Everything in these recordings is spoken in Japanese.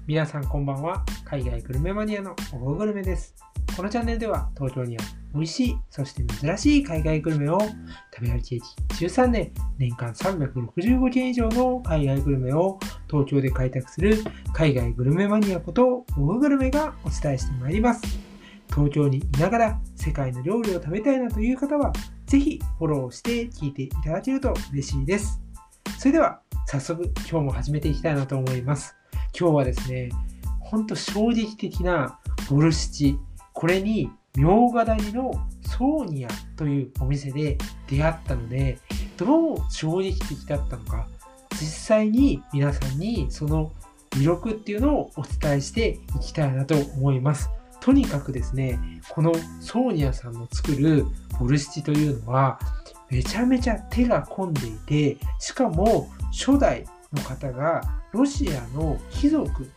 皆さんこんばんは。海外グルメマニアのオゴグルメです。このチャンネルでは東京にある美味しい、そして珍しい海外グルメを食べ歩き歴13年、年間365件以上の海外グルメを東京で開拓する海外グルメマニアことオゴグルメがお伝えしてまいります。東京にいながら世界の料理を食べたいなという方は、ぜひフォローして聞いていただけると嬉しいです。それでは早速今日も始めていきたいなと思います。今日はですね、ほんと衝撃的なボルシチ、これに茗荷谷のソーニアというお店で出会ったので、どう衝撃的だったのか、実際に皆さんにその魅力っていうのをお伝えしていきたいなと思います。とにかくですね、このソーニアさんの作るボルシチというのはめちゃめちゃ手が込んでいて、しかも初代の方がロシアの貴族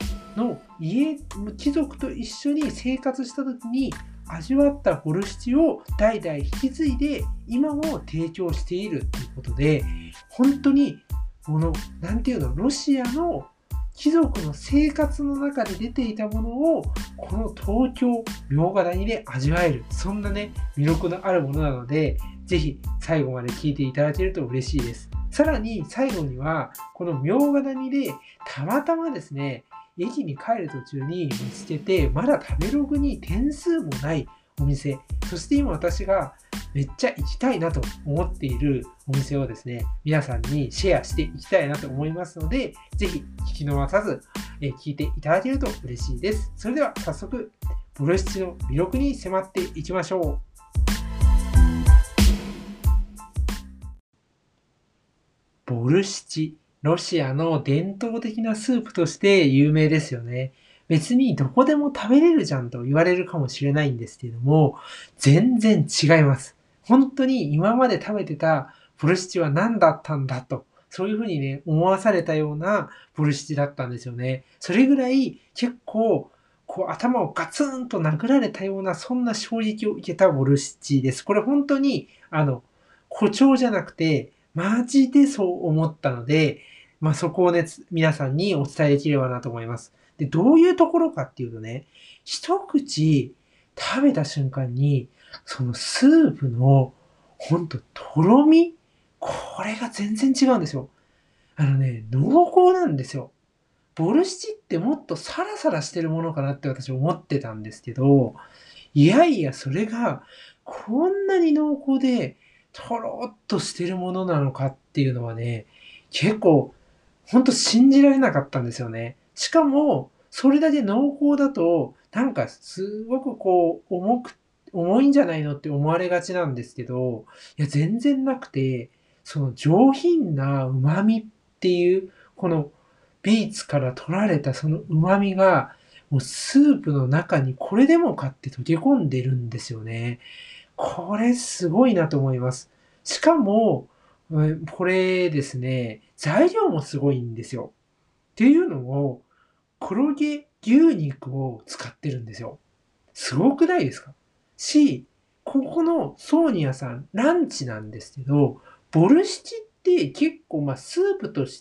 と一緒に生活した時に味わったボルシチを代々引き継いで今も提供しているということで、本当にロシアの貴族の生活の中で出ていたものをこの東京茗荷谷で味わえる、そんなね魅力のあるものなので、ぜひ最後まで聞いていただけると嬉しいです。さらに最後にはこの茗荷谷でたまたまですね、駅に帰る途中に見つけて、まだ食べログに点数もないお店、そして今私がめっちゃ行きたいなと思っているお店をですね、皆さんにシェアしていきたいなと思いますので、ぜひ聞き逃さず聞いていただけると嬉しいです。それでは早速、ボルシチの魅力に迫っていきましょう。ボルシチ、ロシアの伝統的なスープとして有名ですよね。別にどこでも食べれるじゃんと言われるかもしれないんですけれども、全然違います。本当に今まで食べてたボルシチは何だったんだと、そういうふうにね、思わされたようなボルシチだったんですよね。それぐらい結構、頭をガツンと殴られたような、そんな衝撃を受けたボルシチです。これ本当に、誇張じゃなくて、マジでそう思ったので、そこをね、皆さんにお伝えできればなと思います。で、どういうところかっていうとね、一口食べた瞬間に、そのスープの、ほんと、とろみ、これが全然違うんですよ。濃厚なんですよ。ボルシチってもっとサラサラしてるものかなって私思ってたんですけど、いやいや、それがこんなに濃厚で、とろっとしてるものなのかっていうのはね、結構ほんと信じられなかったんですよね。しかも、それだけ濃厚だと、なんかすごく重いんじゃないのって思われがちなんですけど、いや全然なくて、その上品な旨味っていう、このビーツから取られたその旨味が、もうスープの中にこれでもかって溶け込んでるんですよね。これすごいなと思います。しかも、これですね、材料もすごいんですよ。っていうのも、黒毛牛肉を使ってるんですよ。すごくないですか？ここのソーニアさん、ランチなんですけど、ボルシチって結構スープとして、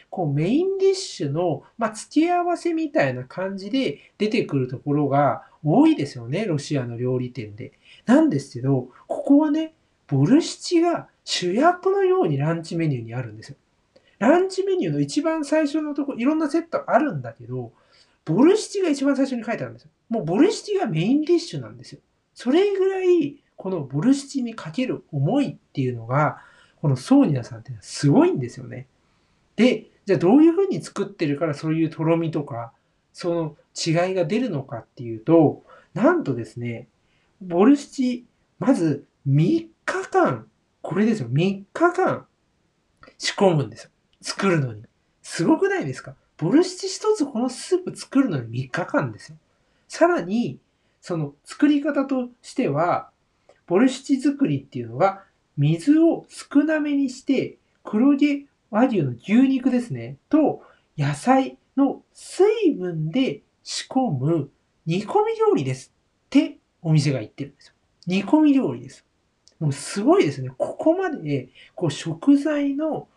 メインディッシュの付け合わせみたいな感じで出てくるところが多いですよね、ロシアの料理店で。なんですけど、ここはね、ボルシチが主役のようにランチメニューにあるんですよ。ランチメニューの一番最初のところ、いろんなセットあるんだけど、ボルシチが一番最初に書いてあるんですよ。もうボルシチがメインディッシュなんですよ。それぐらい、このボルシチにかける思いっていうのが、このソーニアさんってすごいんですよね。で、じゃあどういう風に作ってるからそういうとろみとか、その違いが出るのかっていうと、なんとですね、ボルシチ、まず3日間、これですよ、3日間仕込むんですよ。作るのに。すごくないですか？ボルシチ一つこのスープ作るのに3日間ですよ。さらに、その作り方としては、ボルシチ作りっていうのが、水を少なめにして、黒毛和牛の牛肉ですね、と野菜の水分で仕込む煮込み料理ですってお店が言ってるんですよ。煮込み料理です。もうすごいですね。ここまで、食材の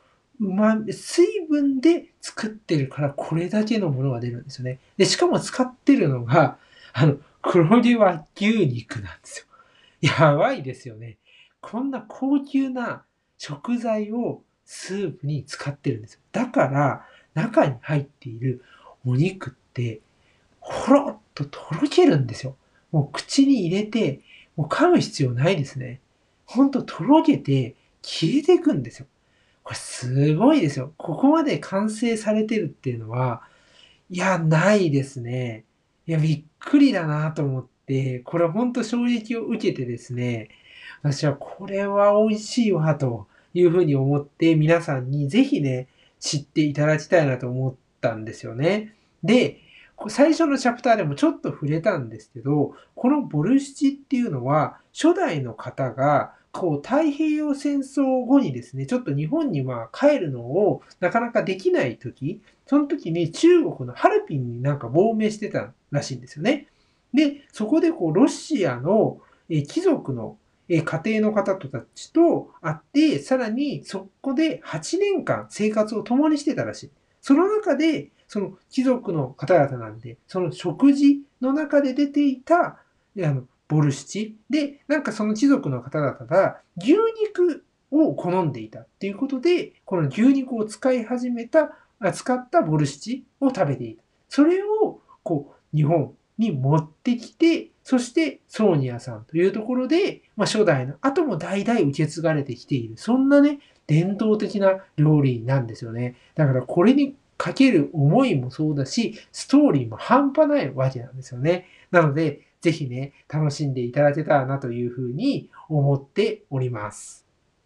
水分で作ってるからこれだけのものが出るんですよね。で、しかも使ってるのが、黒毛和牛肉なんですよ。やばいですよね。こんな高級な食材をスープに使ってるんですよ。だから、中に入っているお肉って、ほろっととろけるんですよ。もう口に入れて、もう噛む必要ないですね。ほんととろけて消えていくんですよ。これすごいですよ。ここまで完成されてるっていうのは、いや、ないですね。いや、びっくりだなと思って、これほんと衝撃を受けてですね、私はこれは美味しいわというふうに思って、皆さんにぜひね、知っていただきたいなと思ったんですよね。で、最初のチャプターでもちょっと触れたんですけど、このボルシチっていうのは、初代の方が、太平洋戦争後にですね、ちょっと日本に帰るのをなかなかできない時、その時に中国のハルピンになんか亡命してたらしいんですよね。で、そこでロシアの貴族の家庭の方たちと会って、さらにそこで8年間生活を共にしてたらしい。その中で、その貴族の方々なんで、その食事の中で出ていた、ボルシチ。で、なんかその貴族の方々が牛肉を好んでいたっていうことで、この牛肉を使ったボルシチを食べていた。それを、日本に持ってきて、そしてソーニアさんというところで、初代の後も代々受け継がれてきている。そんなね、伝統的な料理なんですよね。だからこれにかける思いもそうだし、ストーリーも半端ないわけなんですよね。なので、ぜひね、楽しんでいただけたらなというふうに思っております。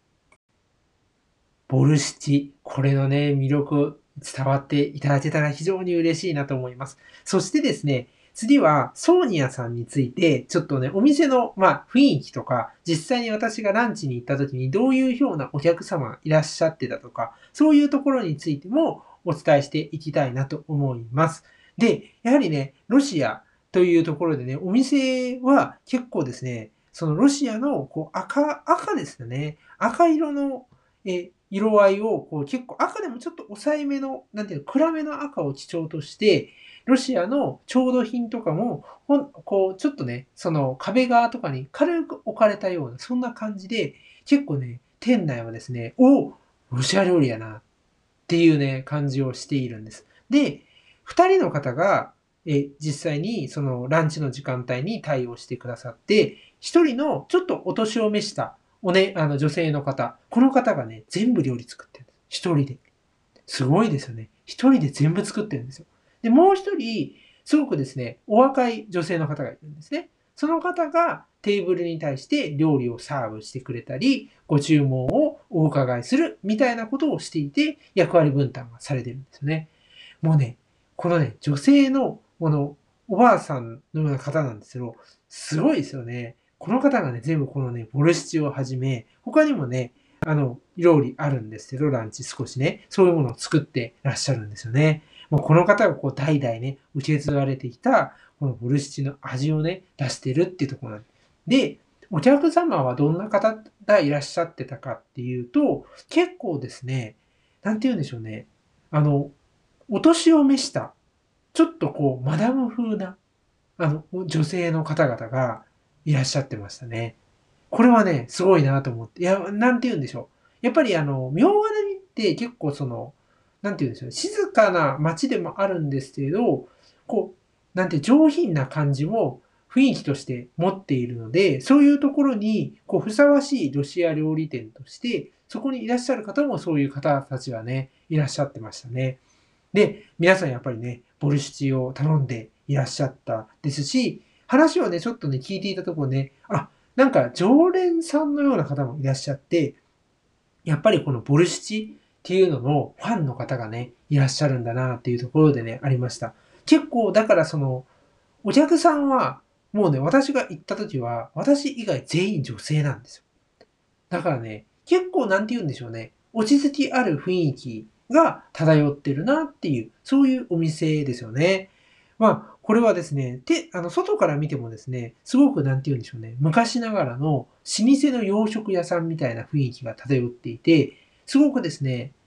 ボルシチ、これのね、魅力伝わっていただけたら非常に嬉しいなと思います。そしてですね、次はソーニアさんについて、ちょっとね、お店の、雰囲気とか、実際に私がランチに行った時にどういうようなお客様がいらっしゃってたとか、そういうところについてもお伝えしていきたいなと思います。で、やはりね、ロシアというところでね、お店は結構ですね、そのロシアの赤ですよね。赤色の色合いを結構赤でもちょっと抑えめの、なんていうの、暗めの赤を基調として、ロシアの調度品とかも、ちょっとね、その壁側とかに軽く置かれたような、そんな感じで、結構ね、店内はですね、ロシア料理やなっていうね、感じをしているんです。で、二人の方が、実際にそのランチの時間帯に対応してくださって、一人のちょっとお年を召した女性の方。この方がね、全部料理作ってるんです。一人で。すごいですよね。一人で全部作ってるんですよ。で、もう一人、すごくですね、お若い女性の方がいるんですね。その方がテーブルに対して料理をサーブしてくれたり、ご注文をお伺いするみたいなことをしていて、役割分担がされてるんですよね。もうね、このね、女性の、おばあさんのような方なんですけど、すごいですよね。この方がね、全部このね、ボルシチをはじめ、他にもね、料理あるんですけど、ランチ少しね、そういうものを作ってらっしゃるんですよね。もうこの方が代々ね、受け継がれてきた、このボルシチの味をね、出してるっていうところなんで、お客様はどんな方がいらっしゃってたかっていうと、結構ですね、なんて言うんでしょうね。お年を召した、ちょっとマダム風な、女性の方々がいらっしゃってましたね。これはね、すごいなと思って。いや、なんて言うんでしょう。やっぱり明和谷って結構なんて言うんでしょう、静かな街でもあるんですけれど、なんて上品な感じも雰囲気として持っているので、そういうところに、ふさわしいロシア料理店として、そこにいらっしゃる方もそういう方たちはね、いらっしゃってましたね。で、皆さんやっぱりね、ボルシチを頼んでいらっしゃったですし、話をね、ちょっとね、聞いていたところね、なんか常連さんのような方もいらっしゃって、やっぱりこのボルシチっていうののファンの方がね、いらっしゃるんだなっていうところでね、ありました。結構、だからお客さんは、もうね、私が行った時は、私以外全員女性なんですよ。だからね、結構なんて言うんでしょうね。落ち着きある雰囲気が漂ってるなっていう、そういうお店ですよね。これはですね、外から見てもですね、すごくなんて言うんでしょうね。昔ながらの老舗の洋食屋さんみたいな雰囲気が漂っていて、すごくですね、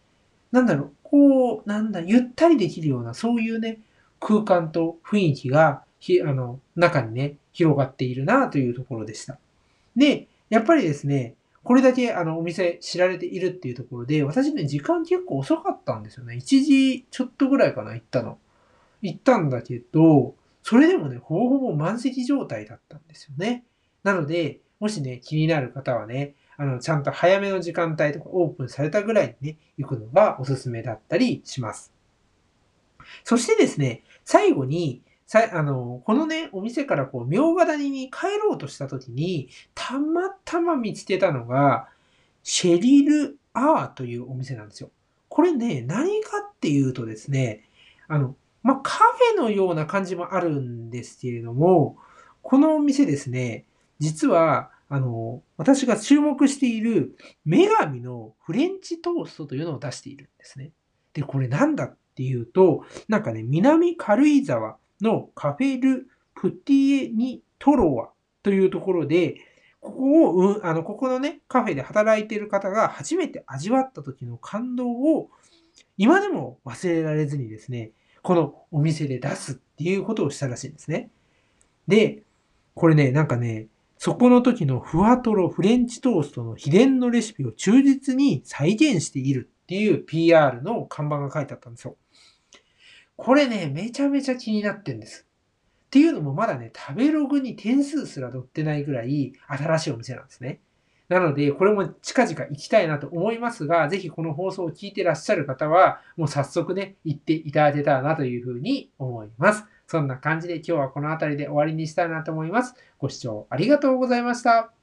ゆったりできるような、そういうね、空間と雰囲気が、中にね、広がっているなというところでした。で、やっぱりですね、これだけお店知られているっていうところで、私ね、時間結構遅かったんですよね。1時ちょっとぐらいかな、行ったの。行ったんだけど、それでもね、ほぼほぼ満席状態だったんですよね。なので、もしね、気になる方はね、ちゃんと早めの時間帯とかオープンされたぐらいにね、行くのがおすすめだったりします。そしてですね、最後に、このね、お店からこう、茗荷谷に帰ろうとした時に、たまたま見つけたのが、シェリル・アーというお店なんですよ。これね、何かっていうとですね、カフェのような感じもあるんですけれども、このお店ですね、実は、私が注目している女神のフレンチトーストというのを出しているんですね。で、これなんだっていうと、なんかね、南軽井沢のカフェル・プティエニトロワというところで、ここのね、カフェで働いている方が初めて味わった時の感動を今でも忘れられずにですね、このお店で出すっていうことをしたらしいんですね。で、これね、なんかね、そこの時のふわとろフレンチトーストの秘伝のレシピを忠実に再現しているっていう PR の看板が書いてあったんですよ。これね、めちゃめちゃ気になってんです。っていうのもまだね、食べログに点数すら載ってないぐらい新しいお店なんですね。なので、これも近々行きたいなと思いますが、ぜひこの放送を聞いてらっしゃる方は、もう早速ね、行っていただけたらなというふうに思います。そんな感じで今日はこの辺りで終わりにしたいなと思います。ご視聴ありがとうございました。